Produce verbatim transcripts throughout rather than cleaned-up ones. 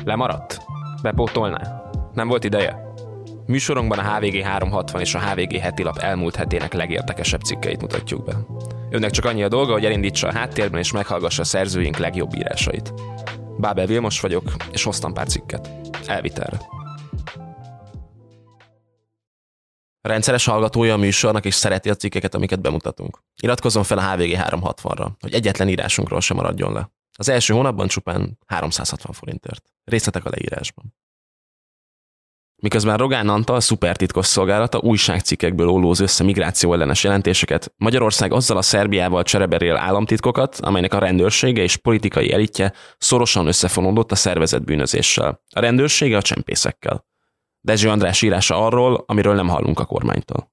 Lemaradt? Bepótolná? Nem volt ideje? Műsorunkban a há vé gé háromszázhatvan és a há vé gé heti lap elmúlt hetének legérdekesebb cikkeit mutatjuk be. Önnek csak annyi a dolga, hogy elindítsa a háttérben és meghallgassa a szerzőink legjobb írásait. Bábel Vilmos vagyok, és hoztam pár cikket. Elvitelre. Rendszeres hallgatója a műsornak és szereti a cikkeket, amiket bemutatunk. Iratkozzon fel a há vé gé háromszázhatvanra, hogy egyetlen írásunkról sem maradjon le. Az első hónapban csupán háromszázhatvan forintért. Részletek a leírásban. Miközben Rogán Antal szupertitkos szolgálata újságcikkekből ollóz össze migráció ellenes jelentéseket, Magyarország azzal a Szerbiával csereberél államtitkokat, amelynek a rendőrsége és politikai elitje szorosan összefonódott a szervezett bűnözéssel. A rendőrsége a csempészekkel. Dezső András írása arról, amiről nem hallunk a kormánytól.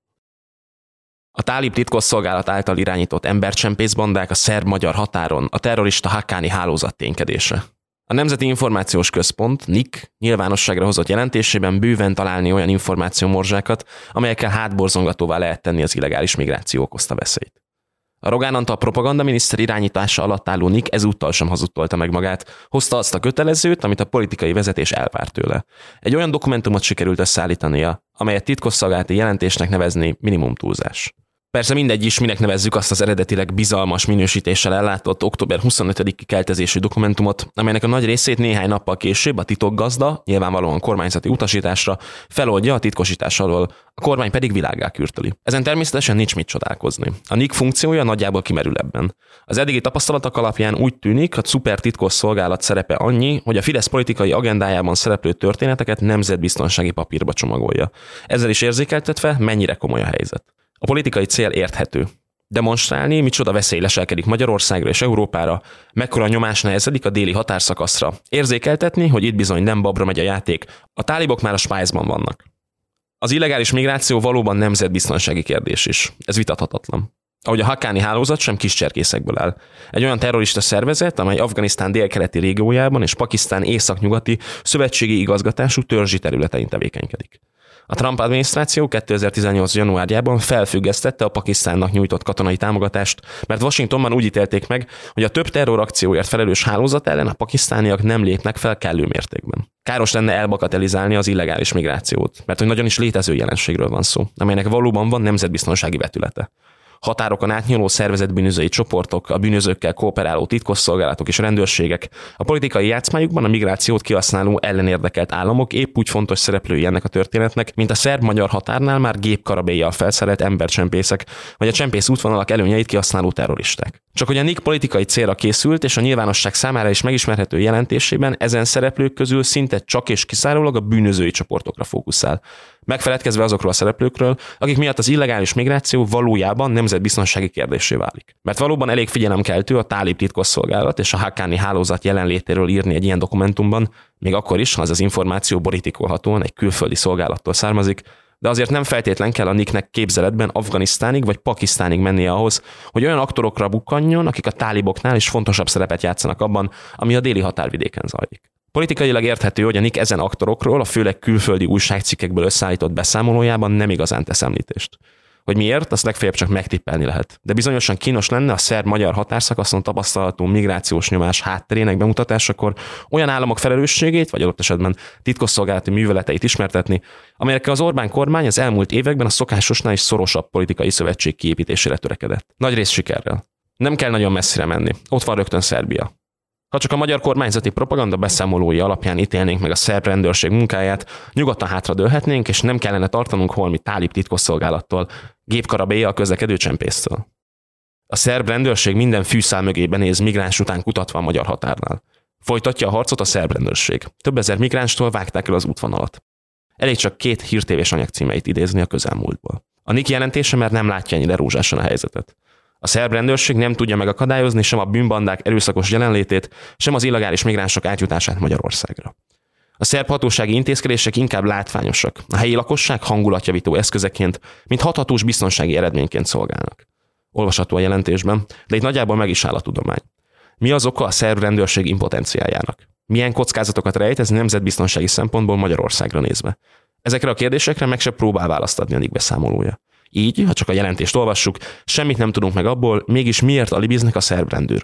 A tálib titkosszolgálat által irányított embercsempészbandák a szerb-magyar határon, a terrorista Haqqani hálózat ténykedése. A Nemzeti Információs Központ, en i ká, nyilvánosságra hozott jelentésében bőven találni olyan információmorzsákat, amelyekkel hátborzongatóvá lehet tenni az illegális migráció okozta veszélyt. A Rogán Antal propagandaminiszter irányítása alatt álló en i ká ezúttal sem hazudtolta meg magát, hozta azt a kötelezőt, amit a politikai vezetés elvárt tőle. Egy olyan dokumentumot sikerült összeállítania, amelyet titkosszolgálati jelentésnek nevezni minimum túlzás. Persze mindegy is, minek nevezzük azt az eredetileg bizalmas minősítéssel ellátott október huszonötödiki keltezésű dokumentumot, amelynek a nagy részét néhány nappal később a titokgazda, nyilvánvalóan kormányzati utasításra, feloldja a titkosítás alól, a kormány pedig világgá kürtöli. Ezen természetesen nincs mit csodálkozni. A en i ká funkciója nagyjából kimerül ebben. Az eddigi tapasztalatok alapján úgy tűnik, a szuper titkos szolgálat szerepe annyi, hogy a Fidesz politikai agendájában szereplő történeteket nemzetbiztonsági papírba csomagolja. Ezzel is érzékeltetve, mennyire komoly a helyzet. A politikai cél érthető. Demonstrálni, micsoda veszély leselkedik Magyarországra és Európára, mekkora nyomás nehezedik a déli határszakaszra. Érzékeltetni, hogy itt bizony nem babra megy a játék, a tálibok már a spájzban vannak. Az illegális migráció valóban nemzetbiztonsági kérdés is. Ez vitathatatlan. Ahogy a Haqqani hálózat sem kis cserkészekből áll. Egy olyan terrorista szervezet, amely Afganisztán délkeleti régiójában és Pakisztán északnyugati szövetségi igazgatású törzsi területein tevékenykedik. A Trump adminisztráció kétezer-tizennyolc januárjában felfüggesztette a Pakisztánnak nyújtott katonai támogatást, mert Washingtonban úgy ítélték meg, hogy a több terrorakcióért felelős hálózat ellen a pakisztániak nem lépnek fel kellő mértékben. Káros lenne elbagatelizálni az illegális migrációt, mert hogy nagyon is létező jelenségről van szó, amelynek valóban van nemzetbiztonsági vetülete. Határokon átnyúló szervezetbűnözői csoportok, a bűnözőkkel kooperáló titkosszolgálatok és rendőrségek, a politikai játszmájukban a migrációt kihasználó ellenérdekelt államok épp úgy fontos szereplői ennek a történetnek, mint a szerb-magyar határnál már gépkarabéllyal felszerelt embercsempészek, vagy a csempész útvonalak előnyeit kihasználó terroristák. Csak hogy a en i ká politikai célra készült és a nyilvánosság számára is megismerhető jelentésében ezen szereplők közül szinte csak és kizárólag a bűnözői csoportokra fókuszál, megfeledkezve azokról a szereplőkről, akik miatt az illegális migráció valójában nemzetbiztonsági kérdéssé válik. Mert valóban elég figyelemkeltő a tálib titkosszolgálat és a Haqqani hálózat jelenlétéről írni egy ilyen dokumentumban, még akkor is, ha az az információ borítékolhatóan egy külföldi szolgálattól származik, de azért nem feltétlen kell a en i ká-nek képzeletben Afganisztánig vagy Pakisztánig mennie ahhoz, hogy olyan aktorokra bukkanjon, akik a táliboknál is fontosabb szerepet játszanak abban, ami a déli határvidéken zajlik. Politikailag érthető, hogy a en i ká ezen aktorokról a főleg külföldi újságcikkekből összeállított beszámolójában nem igazán tesz említést. Hogy miért, azt legfeljebb csak megtippelni lehet. De bizonyosan kínos lenne a szerb-magyar határszakaszon tapasztalható migrációs nyomás hátterének bemutatásakor olyan államok felelősségét, vagy adott esetben titkosszolgálati műveleteit ismertetni, amelyekkel az Orbán kormány az elmúlt években a szokásosnál is szorosabb politikai szövetség kiépítésére törekedett. Nagyrészt sikerrel. Nem kell nagyon messzire menni. Ott van rögtön Szerbia. Ha csak a magyar kormányzati propaganda beszámolói alapján ítélnénk meg a szerb rendőrség munkáját, nyugodtan hátradőlhetnénk, és nem kellene tartanunk holmi tálib titkosszolgálattól, gépkarabéllyal közlekedő csempésztől. A szerb rendőrség minden fűszál mögé benéz migráns után kutatva a magyar határnál. Folytatja a harcot a szerb rendőrség. Több ezer migránstól vágták el az útvonalat. Elég csak két hírtévés anyagcímeit idézni a közelmúltból. A en i ká jelentése már nem látja ennyire rózsásan a helyzetet. A szerb rendőrség nem tudja megakadályozni sem a bűnbandák erőszakos jelenlétét, sem az illegális migránsok átjutását Magyarországra. A szerb hatósági intézkedések inkább látványosak, a helyi lakosság hangulatjavító eszközeként, mint hathatós biztonsági eredményként szolgálnak. Olvasható a jelentésben, de itt nagyjából meg is áll a tudomány. Mi az oka a szerb rendőrség impotenciájának? Milyen kockázatokat rejt ez nemzetbiztonsági szempontból Magyarországra nézve? Ezekre a kérdésekre meg se próbál választ adni a en i ká beszámolója. Így, ha csak a jelentést olvassuk, semmit nem tudunk meg abból, mégis miért alibiznek a szerb rendőrök.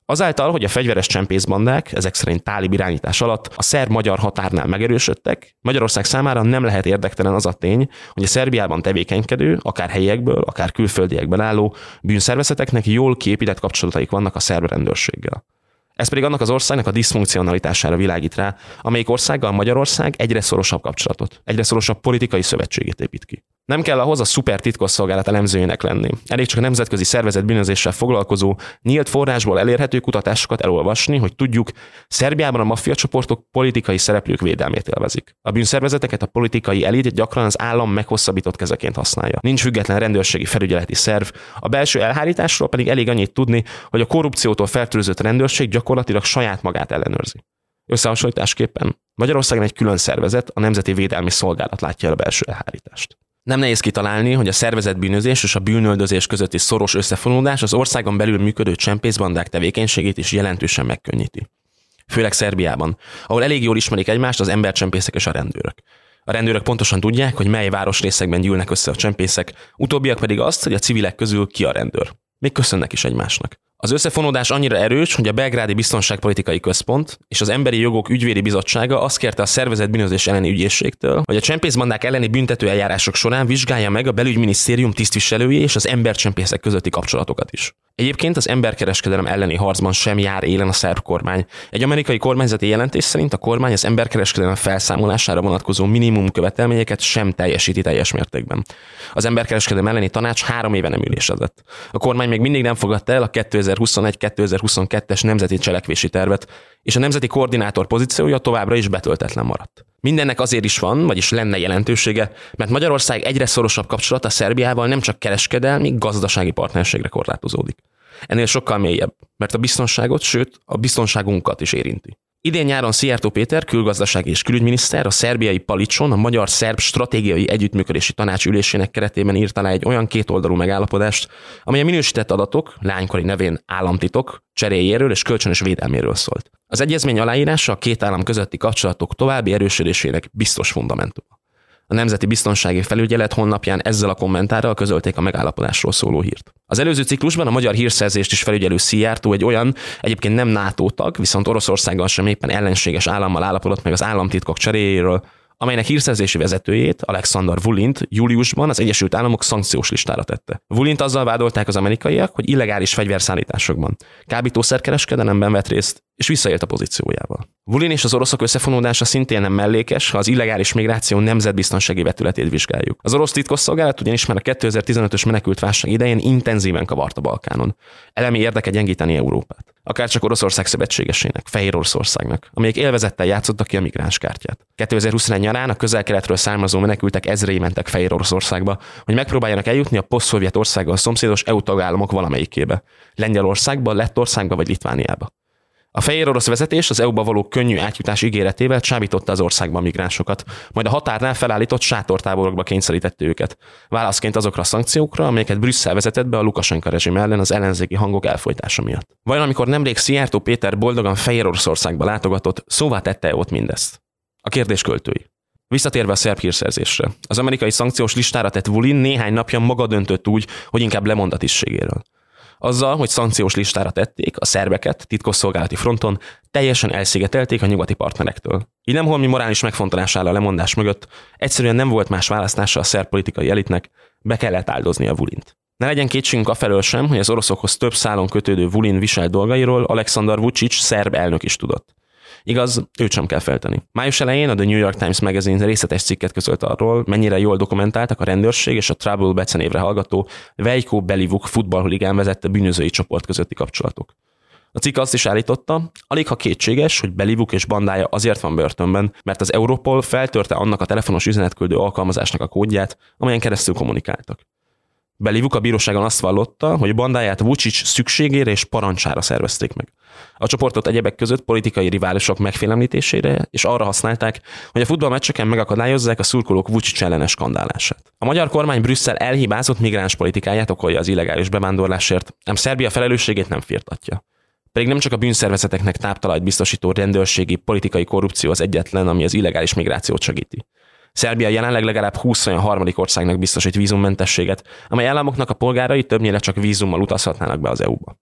Azáltal, hogy a fegyveres csempészbandák, ezek szerint tálib irányítás alatt a szerb-magyar határnál megerősödtek, Magyarország számára nem lehet érdektelen az a tény, hogy a Szerbiában tevékenykedő, akár helyiekből, akár külföldiekből álló bűnszervezeteknek jól kiépített kapcsolataik vannak a szerb rendőrséggel. Ez pedig annak az országnak a diszfunkcionalitására világít rá, amelyik országgal Magyarország egyre szorosabb kapcsolatot, egyre szorosabb politikai szövetségét épít ki. Nem kell ahhoz a szuper titkosszolgálat elemzőjének lenni. Elég csak a nemzetközi szervezett bűnözéssel foglalkozó, nyílt forrásból elérhető kutatásokat elolvasni, hogy tudjuk, Szerbiában a maffiacsoportok politikai szereplők védelmét élvezik. A bűnszervezeteket a politikai elit gyakran az állam meghosszabbított kezeként használja. Nincs független rendőrségi felügyeleti szerv, a belső elhárításról pedig elég annyit tudni, hogy a korrupciótól fertőzött rendőrség gyakorlatilag saját magát ellenőrzi. Összehasonlításképpen Magyarországon egy külön szervezet, a Nemzeti Védelmi Szolgálat látja el a belső elhárítást. Nem nehéz kitalálni, hogy a szervezett bűnözés és a bűnöldözés közötti szoros összefonódás az országon belül működő csempészbandák tevékenységét is jelentősen megkönnyíti. Főleg Szerbiában, ahol elég jól ismerik egymást az embercsempészek és a rendőrök. A rendőrök pontosan tudják, hogy mely városrészekben gyűlnek össze a csempészek, utóbbiak pedig azt, hogy a civilek közül ki a rendőr. Még köszönnek is egymásnak. Az összefonódás annyira erős, hogy a Belgrádi Biztonságpolitikai Központ és az Emberi Jogok Ügyvédi Bizottsága azt kérte a szervezett bűnözés elleni ügyészségtől, hogy a csempészbandák elleni büntető eljárások során vizsgálja meg a belügyminisztérium tisztviselői és az embercsempészek közötti kapcsolatokat is. Egyébként az emberkereskedelem elleni harcban sem jár élen a szerb kormány. Egy amerikai kormányzati jelentés szerint a kormány az emberkereskedelem felszámolására vonatkozó minimum követelményeket sem teljesíti teljes mértékben. Az emberkereskedelem elleni tanács három éve nem ülésezett. A kormány még mindig nem fogadta el a kétezer-huszonegy kétezer-huszonkettes nemzeti cselekvési tervet, és a nemzeti koordinátor pozíciója továbbra is betöltetlen maradt. Mindennek azért is van, vagyis lenne jelentősége, mert Magyarország egyre szorosabb kapcsolata Szerbiával nem csak kereskedelmi, gazdasági partnerségre korlátozódik. Ennél sokkal mélyebb, mert a biztonságot, sőt a biztonságunkat is érinti. Idén nyáron Szijjártó Péter, külgazdasági és külügyminiszter a szerbiai Palicson a Magyar-Szerb Stratégiai Együttműködési Tanács ülésének keretében írt alá egy olyan kétoldalú megállapodást, amely a minősített adatok, leánykori nevén államtitok, cseréjéről és kölcsönös védelméről szólt. Az egyezmény aláírása a két állam közötti kapcsolatok további erősödésének biztos fundamentuma. A Nemzeti Biztonsági Felügyelet honlapján ezzel a kommentárral közölték a megállapodásról szóló hírt. Az előző ciklusban a magyar hírszerzést is felügyelő Szijjártó egy olyan, egyébként nem NATO tag, viszont Oroszországgal sem éppen ellenséges állammal állapodott meg az államtitkok cseréjéről, amelynek hírszerzési vezetőjét, Alexander Vulint júliusban az Egyesült Államok szankciós listára tette. Vulint azzal vádolták az amerikaiak, hogy illegális fegyverszállításokban, kábítószerkereskedelemben vett részt, és visszaélt a pozíciójával. Vulin és az oroszok összefonódása szintén nem mellékes, ha az illegális migráció nemzetbiztonsági vetületét vizsgáljuk. Az orosz titkosszolgálat ugyanis már a kétezer-tizenötös menekültválság idején intenzíven kavart a Balkánon. Elemi érdeke gyengíteni Európát. Akár csak Oroszország szövetségesének, Fehér Oroszországnak, amelyek élvezettel játszottak ki a migránskártyát. kétezer-huszonegy nyarán a közel-keletről származó menekültek ezrei mentek Fehér Oroszországba, hogy megpróbáljanak eljutni a poszt-szovjet országgal szomszédos é u tagállamok valamelyikébe, Lengyelországba, Lettországba vagy Litvániába. A fehér orosz vezetés az é u-ba való könnyű átjutás ígéretével csábította az országban migránsokat, majd a határnál felállított sátortáborokba kényszerítette őket, válaszként azokra a szankciókra, amelyeket Brüsszel vezetett be a Lukasenka rezsim ellen az ellenzéki hangok elfojtása miatt. Vajon amikor nemrég Szijjártó Péter boldogan Fehér Oroszországba látogatott, szóvá tette ott mindezt? A kérdés költői. Visszatérve a szerb hírszerzésre, az amerikai szankciós listára tett Vulin néhány napja maga döntött úgy, hogy inkább lemond a tisztségéről. Azzal, hogy szankciós listára tették, a szerbeket titkosszolgálati fronton teljesen elszigetelték a nyugati partnerektől. Így nem holmi morális megfontolás áll a lemondás mögött, egyszerűen nem volt más választása a szerb politikai elitnek, be kellett áldozni a Vulint. Ne legyen kétségünk afelől sem, hogy az oroszokhoz több szálon kötődő Vulin viselt dolgairól Alexander Vučić szerb elnök is tudott. Igaz, őt sem kell feltenni. Május elején a The New York Times Magazine részletes cikket közölt arról, mennyire jól dokumentáltak a rendőrség és a Trouble becenévre hallgató Veljko Belivuk futballhuligán vezette bűnözői csoport közötti kapcsolatok. A cikk azt is állította, alig ha kétséges, hogy Belivuk és bandája azért van börtönben, mert az Europol feltörte annak a telefonos üzenetküldő alkalmazásnak a kódját, amelyen keresztül kommunikáltak. Belivuk a bíróságon azt vallotta, hogy bandáját Vučić szükségére és parancsára szervezték meg. A csoportot egyebek között politikai riválisok megfélemlítésére és arra használták, hogy a futballmeccseken megakadályozzák a szurkolók Vučić ellenes skandálását. A magyar kormány Brüsszel elhibázott migráns politikáját okolja az illegális bevándorlásért, ám Szerbia felelősségét nem firtatja. Pedig nem csak a bűnszervezeteknek táptalajt biztosító rendőrségi, politikai korrupció az egyetlen, ami az illegális migrációt segíti. Szerbia jelenleg legalább húsz olyan harmadik országnak biztosít vízummentességet, amely államoknak a polgárai többnyire csak vízummal utazhatnának be az é u-ba.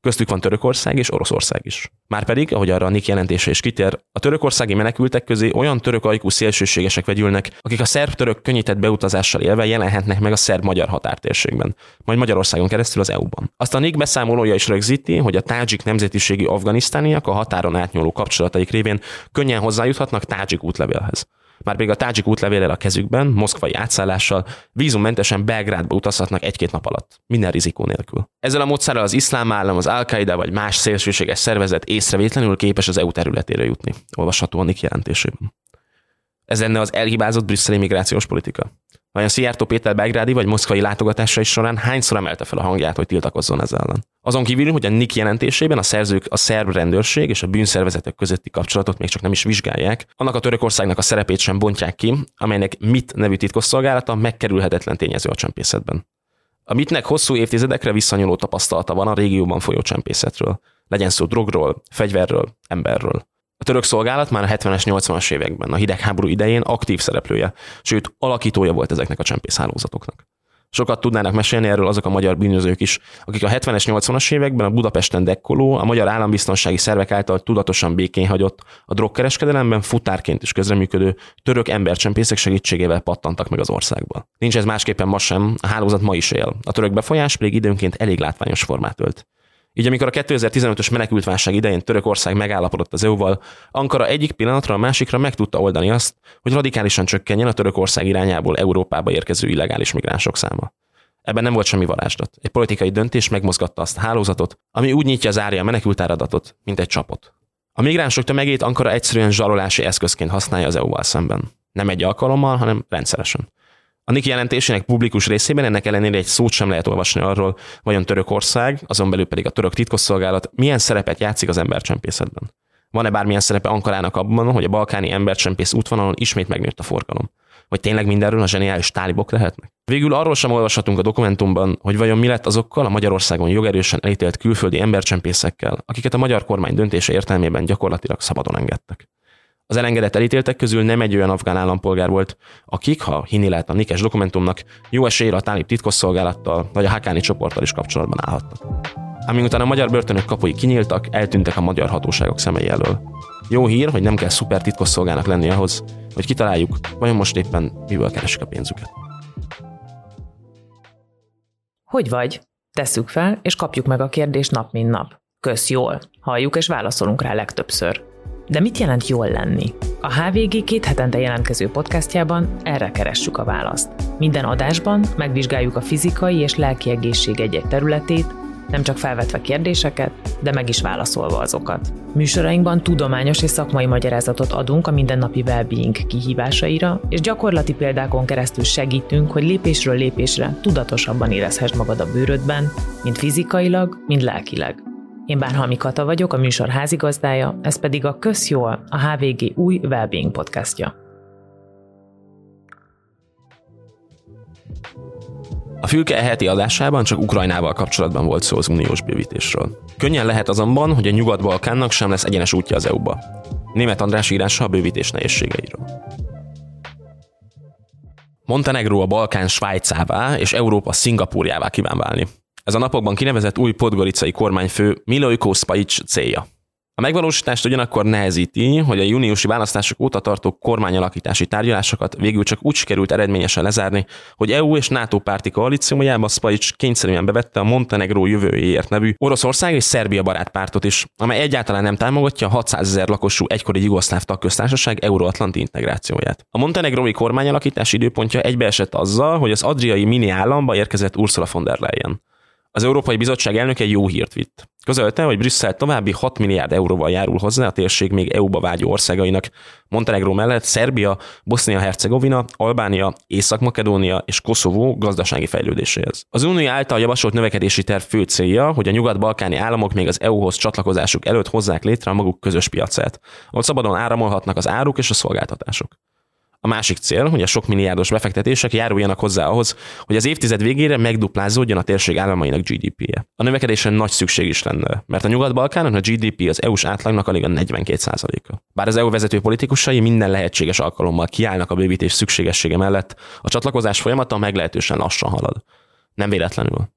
Köztük van Törökország és Oroszország is. Márpedig, ahogy arra a Nick jelentése is kitér, a törökországi menekültek közé olyan török ajkú szélsőségesek vegyülnek, akik a szerb-török könnyített beutazással élve jelenhetnek meg a szerb-magyar határtérségben, majd Magyarországon keresztül az é u-ban. Azt a Nick beszámolója is rögzíti, hogy a tádzsik nemzetiségi afganisztániak a határon átnyúló kapcsolataik révén könnyen hozzájuthatnak tádzsik útlevélhez. Márpedig a tádzsik útlevéllel a kezükben, moszkvai átszállással vízummentesen Belgrádba utazhatnak egy-két nap alatt, minden rizikó nélkül. Ezzel a módszerrel az iszlám állam, az Al-Qaida vagy más szélsőséges szervezet észrevétlenül képes az é u területére jutni, olvasható a Nick jelentésében. Ez lenne az elhibázott brüsszeli migrációs politika. Vajon Szijjártó Péter belgrádi vagy moszkvai látogatásai során hányszor emelte fel a hangját, hogy tiltakozzon ezzel ellen? Azon kívül, hogy a Nick jelentésében a szerzők a szerb rendőrség és a bűnszervezetek közötti kapcsolatot még csak nem is vizsgálják, annak a Törökországnak a szerepét sem bontják ki, amelynek MIT nevű titkosszolgálata megkerülhetetlen tényező a csempészetben. A MIT-nek hosszú évtizedekre visszanyúló tapasztalata van a régióban folyó csempészetről, legyen szó drogról, fegyverről, emberről. A török szolgálat már a hetvenes, nyolcvanas években, a hidegháború idején aktív szereplője, sőt alakítója volt ezeknek a csempészhálózatoknak. Sokat tudnának mesélni erről azok a magyar bűnözők is, akik a hetvenes, nyolcvanas években a Budapesten dekkoló, a magyar állambiztonsági szervek által tudatosan békén hagyott, a drogkereskedelemben futárként is közreműködő török embercsempészek segítségével pattantak meg az országba. Nincs ez másképpen ma sem, a hálózat ma is él, a török befolyás pedig időnként elég látványos formát ölt. Így amikor a kétezer-tizenötös menekültválság idején Törökország megállapodott az é u-val, Ankara egyik pillanatra a másikra meg tudta oldani azt, hogy radikálisan csökkenjen a Törökország irányából Európába érkező illegális migránsok száma. Ebben nem volt semmi varázslat. Egy politikai döntés megmozgatta azt a hálózatot, ami úgy nyitja az árja a menekültáradatot, mint egy csapot. A migránsok tömegét Ankara egyszerűen zsarolási eszközként használja az é u-val szemben. Nem egy alkalommal, hanem rendszeresen. A Nick jelentésének publikus részében ennek ellenére egy szót sem lehet olvasni arról, vajon Törökország, azon belül pedig a török titkosszolgálat milyen szerepet játszik az embercsempészetben. Van-e bármilyen szerepe Ankarának abban, hogy a balkáni embercsempész útvonalon ismét megnőtt a forgalom? Vagy tényleg mindenről a zseniális tálibok lehetnek? Végül arról sem olvashatunk a dokumentumban, hogy vajon mi lett azokkal a Magyarországon jogerősen elítélt külföldi embercsempészekkel, akiket a magyar kormány döntése értelmében gyakorlatilag szabadon engedtek. Az elengedett elítéltek közül nem egy olyan afgán állampolgár volt, akik, ha hinni lehet a Nick-es dokumentumnak, jó eséllyel a tálib titkosszolgálattal vagy a Haqqani csoporttal is kapcsolatban állhattak. Ám miután a magyar börtönök kapui kinyíltak, eltűntek a magyar hatóságok szemei elől. Jó hír, hogy nem kell szuper titkosszolgának lenni ahhoz, hogy kitaláljuk, vajon most éppen miből keresik a pénzüket. Hogy vagy? Tesszük fel, és kapjuk meg a kérdést nap mint nap. Kösz jól. Halljuk és válaszolunk rá legtöbbször. De mit jelent jól lenni? A há vé gé két hetente jelentkező podcastjában erre keressük a választ. Minden adásban megvizsgáljuk a fizikai és lelki egészség egy-egy területét, nem csak felvetve kérdéseket, de meg is válaszolva azokat. Műsorainkban tudományos és szakmai magyarázatot adunk a mindennapi well-being kihívásaira, és gyakorlati példákon keresztül segítünk, hogy lépésről lépésre tudatosabban érezhess magad a bőrödben, mind fizikailag, mind lelkileg. Én Bánhalmi Kata vagyok, a műsor házigazdája, ez pedig a Kösz jól, a há vé gé új well-being podcastja. A Fülke heti adásában csak Ukrajnával kapcsolatban volt szó az uniós bővítésről. Könnyen lehet azonban, hogy a Nyugat-Balkánnak sem lesz egyenes útja az é u-ba. Németh András írása a bővítés nehézségeiről. Montenegró a Balkán Svájcává és Európa Szingapúrjává kíván válni. Ez a napokban kinevezett új podgoricai kormányfő Milojko Spajic célja. A megvalósítást ugyanakkor nehezíti, hogy a júniusi választások óta tartó kormányalakítási tárgyalásokat végül csak úgy sikerült eredményesen lezárni, hogy é u és NATO párti koalíciójába Spajic kényszerűen bevette a Montenegró jövőjéért nevű Oroszország és Szerbia barát pártot is, amely egyáltalán nem támogatja a hatszázezer lakosú egykori jugoszláv tagköztársaság euróatlanti integrációját. A montenegrói kormányalakítás időpontja egybeesett azzal, hogy az adriai mini államba érkezett Ursula von der Leyen. Az Európai Bizottság elnöke jó hírt vitt. Közölte, hogy Brüsszel további hat milliárd euróval járul hozzá a térség még é u-ba vágyó országainak, Montenegró mellett Szerbia, Bosznia-Hercegovina, Albánia, Észak-Makedónia és Koszovó gazdasági fejlődéséhez. Az Unió által javasolt növekedési terv fő célja, hogy a nyugat-balkáni államok még az é u-hoz csatlakozásuk előtt hozzák létre a maguk közös piacát, ahol szabadon áramolhatnak az áruk és a szolgáltatások. A másik cél, hogy a sok milliárdos befektetések járuljanak hozzá ahhoz, hogy az évtized végére megduplázódjon a térség államainak gé dé pé-je. A növekedésen nagy szükség is lenne, mert a Nyugat-Balkánon a gé dé pé az é u-s átlagnak alig a negyvenkét százaléka. Bár az é u vezető politikusai minden lehetséges alkalommal kiállnak a bővítés szükségessége mellett, a csatlakozás folyamata meglehetősen lassan halad. Nem véletlenül.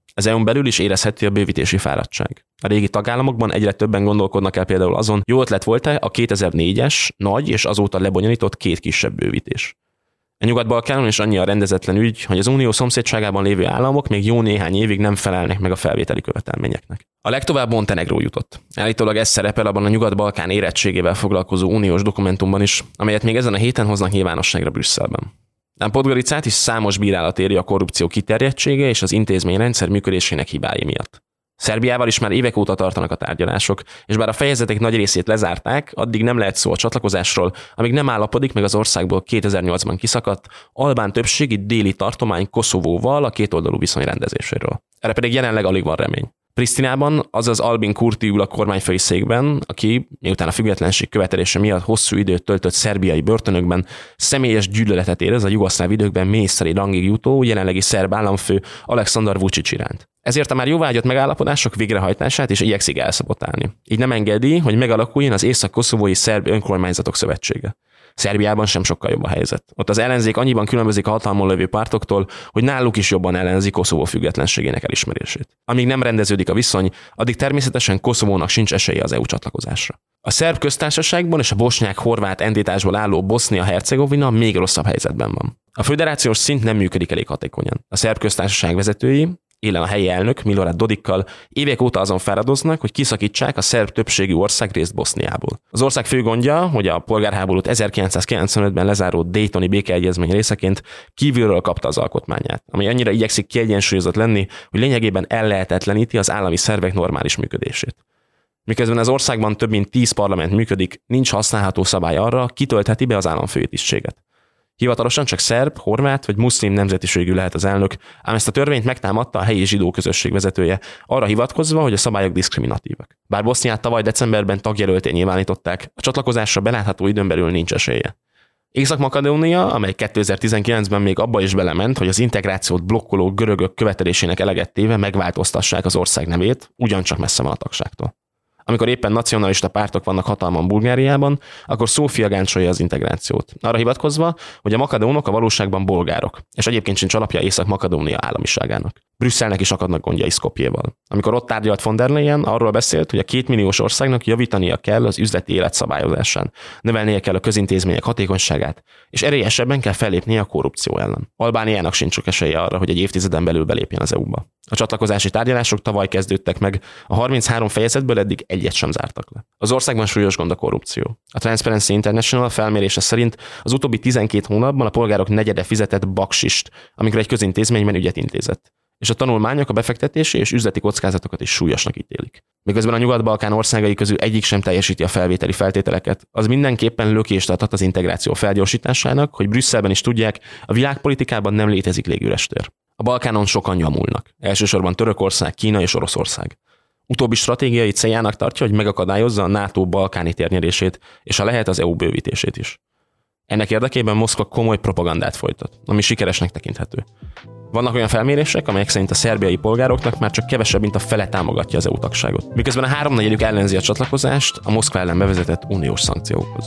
Az é u-n belül is érezhető a bővítési fáradtság. A régi tagállamokban egyre többen gondolkodnak el például azon, jó ötlet volt-e a kétezer-négyes nagy és azóta lebonyolított két kisebb bővítés. A Nyugat-Balkánon is annyi a rendezetlen ügy, hogy az unió szomszédságában lévő államok még jó néhány évig nem felelnek meg a felvételi követelményeknek. A legtovább Montenegró jutott. Állítólag ez szerepel abban a Nyugat-Balkán érettségével foglalkozó uniós dokumentumban is, amelyet még ezen a héten hoznak nyilvánosságra Brüsszelben. Ám Podgoricát is számos bírálat éri a korrupció kiterjedtsége és az intézményrendszer működésének hibái miatt. Szerbiával is már évek óta tartanak a tárgyalások, és bár a fejezetek nagy részét lezárták, addig nem lehet szó a csatlakozásról, amíg nem állapodik meg az országból kétezer-nyolcban kiszakadt albán többségi déli tartomány Koszovóval a kétoldalú viszony rendezéséről. Erre pedig jelenleg alig van remény. Prisztinában, azaz Albin Kurti ül a kormányfői székben, aki, miután a függetlenség követelése miatt hosszú időt töltött szerbiai börtönökben, személyes gyűlöletet érez a jugoszláv időkben mélyszeri rangig jutó jelenlegi szerb államfő Aleksandar Vučić iránt. Ezért a már jóváhagyott megállapodások végrehajtását is igyekszik elszabotálni. Így nem engedi, hogy megalakuljon az Észak-koszovói Szerb Önkormányzatok Szövetsége. Szerbiában sem sokkal jobb a helyzet. Ott az ellenzék annyiban különbözik a hatalmon lévő pártoktól, hogy náluk is jobban ellenzi Koszovó függetlenségének elismerését. Amíg nem rendeződik a viszony, addig természetesen Koszovónak sincs esélye az é u csatlakozásra. A szerb köztársaságban és a bosnyák-horvát entitásból álló Bosznia-Hercegovina még rosszabb helyzetben van. A föderációs szint nem működik elég hatékonyan. A szerb köztársaság vezetői, élen a helyi elnök Milorad Dodikkal évek óta azon fáradoznak, hogy kiszakítsák a szerb többségű országrészt Boszniából. Az ország fő gondja, hogy a polgárháborút ezerkilencszázkilencvenötben lezáró Daytoni békeegyezmény részeként kívülről kapta az alkotmányát, ami annyira igyekszik kiegyensúlyozott lenni, hogy lényegében ellehetetleníti az állami szervek normális működését. Miközben az országban több mint tíz parlament működik, nincs használható szabály arra, ki töltheti be az államfői tisztséget. Hivatalosan csak szerb, horvát vagy muszlim nemzetiségű lehet az elnök, ám ezt a törvényt megtámadta a helyi zsidó közösség vezetője, arra hivatkozva, hogy a szabályok diszkriminatívak. Bár Boszniát tavaly decemberben tagjelölté nyilvánították, a csatlakozásra belátható időn belül nincs esélye. Észak-Makedónia, amely kétezer-tizenkilencben még abba is belement, hogy az integrációt blokkoló görögök követelésének eleget téve megváltoztassák az ország nevét, ugyancsak messze van a tagságtól. Amikor éppen nacionalista pártok vannak hatalmon Bulgáriában, akkor Szófia gáncsolja az integrációt. Arra hivatkozva, hogy a makedónok a valóságban bolgárok, és egyébként sincs alapja Észak-Makedónia államiságának. Brüsszelnek is akadnak gondjai Skopjéval. Amikor ott tárgyalt von der Leyen, arról beszélt, hogy a kétmilliós országnak javítania kell az üzleti élet szabályozásán, növelnie kell a közintézmények hatékonyságát, és erélyesebben kell fellépnie a korrupció ellen. Albániának sincs sok esélye arra, hogy egy évtizeden belül belépjen az é u-ba. A csatlakozási tárgyalások tavaly kezdődtek meg, a harminchárom fejezetből eddig egyet sem zártak le. Az országban súlyos gond a korrupció. A Transparency International felmérése szerint az utóbbi tizenkét hónapban a polgárok negyede fizetett baksist, amikor egy közintézményben ügyet intézett. És a tanulmányok a befektetési és üzleti kockázatokat is súlyosnak ítélik. Miközben a Nyugat-Balkán országai közül egyik sem teljesíti a felvételi feltételeket, az mindenképpen lökést adhat az integráció felgyorsításának, hogy Brüsszelben is tudják, a világpolitikában nem létezik légüres tér. A Balkánon sokan nyomulnak, elsősorban Törökország, Kína és Oroszország. Utóbbi stratégiai céljának tartja, hogy megakadályozza a NATO balkáni térnyerését, és ha lehet az é u bővítését is. Ennek érdekében Moszkva komoly propagandát folytat, ami sikeresnek tekinthető. Vannak olyan felmérések, amelyek szerint a szerbiai polgároknak már csak kevesebb, mint a fele támogatja az é u tagságot. Miközben a háromnegyedük ellenzi a csatlakozást a Moszkva ellen bevezetett uniós szankciókhoz.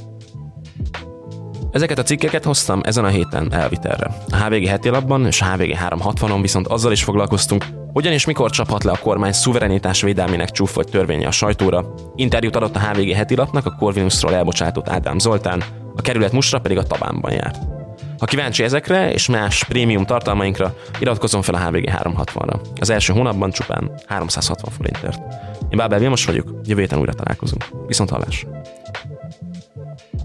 Ezeket a cikkeket hoztam ezen a héten elvitelre. A há vé gé heti lapban és a há vé gé háromszázhatvanon viszont azzal is foglalkoztunk, hogyan és mikor csaphat le a kormány szuverenitás védelmének csúfolt törvénye a sajtóra. Interjút adott a há vé gé heti lapnak a Corvinusról elbocsátott Ádám Zoltán, a kerület mustra pedig a Tabánban járt. Ha kíváncsi ezekre és más prémium tartalmainkra, iratkozzon fel a há vé gé háromszázhatvanra. Az első hónapban csupán háromszázhatvan forintért. Én Bábel Vilmos vagyok, jövő héten újra találkozunk. Viszont hallásra!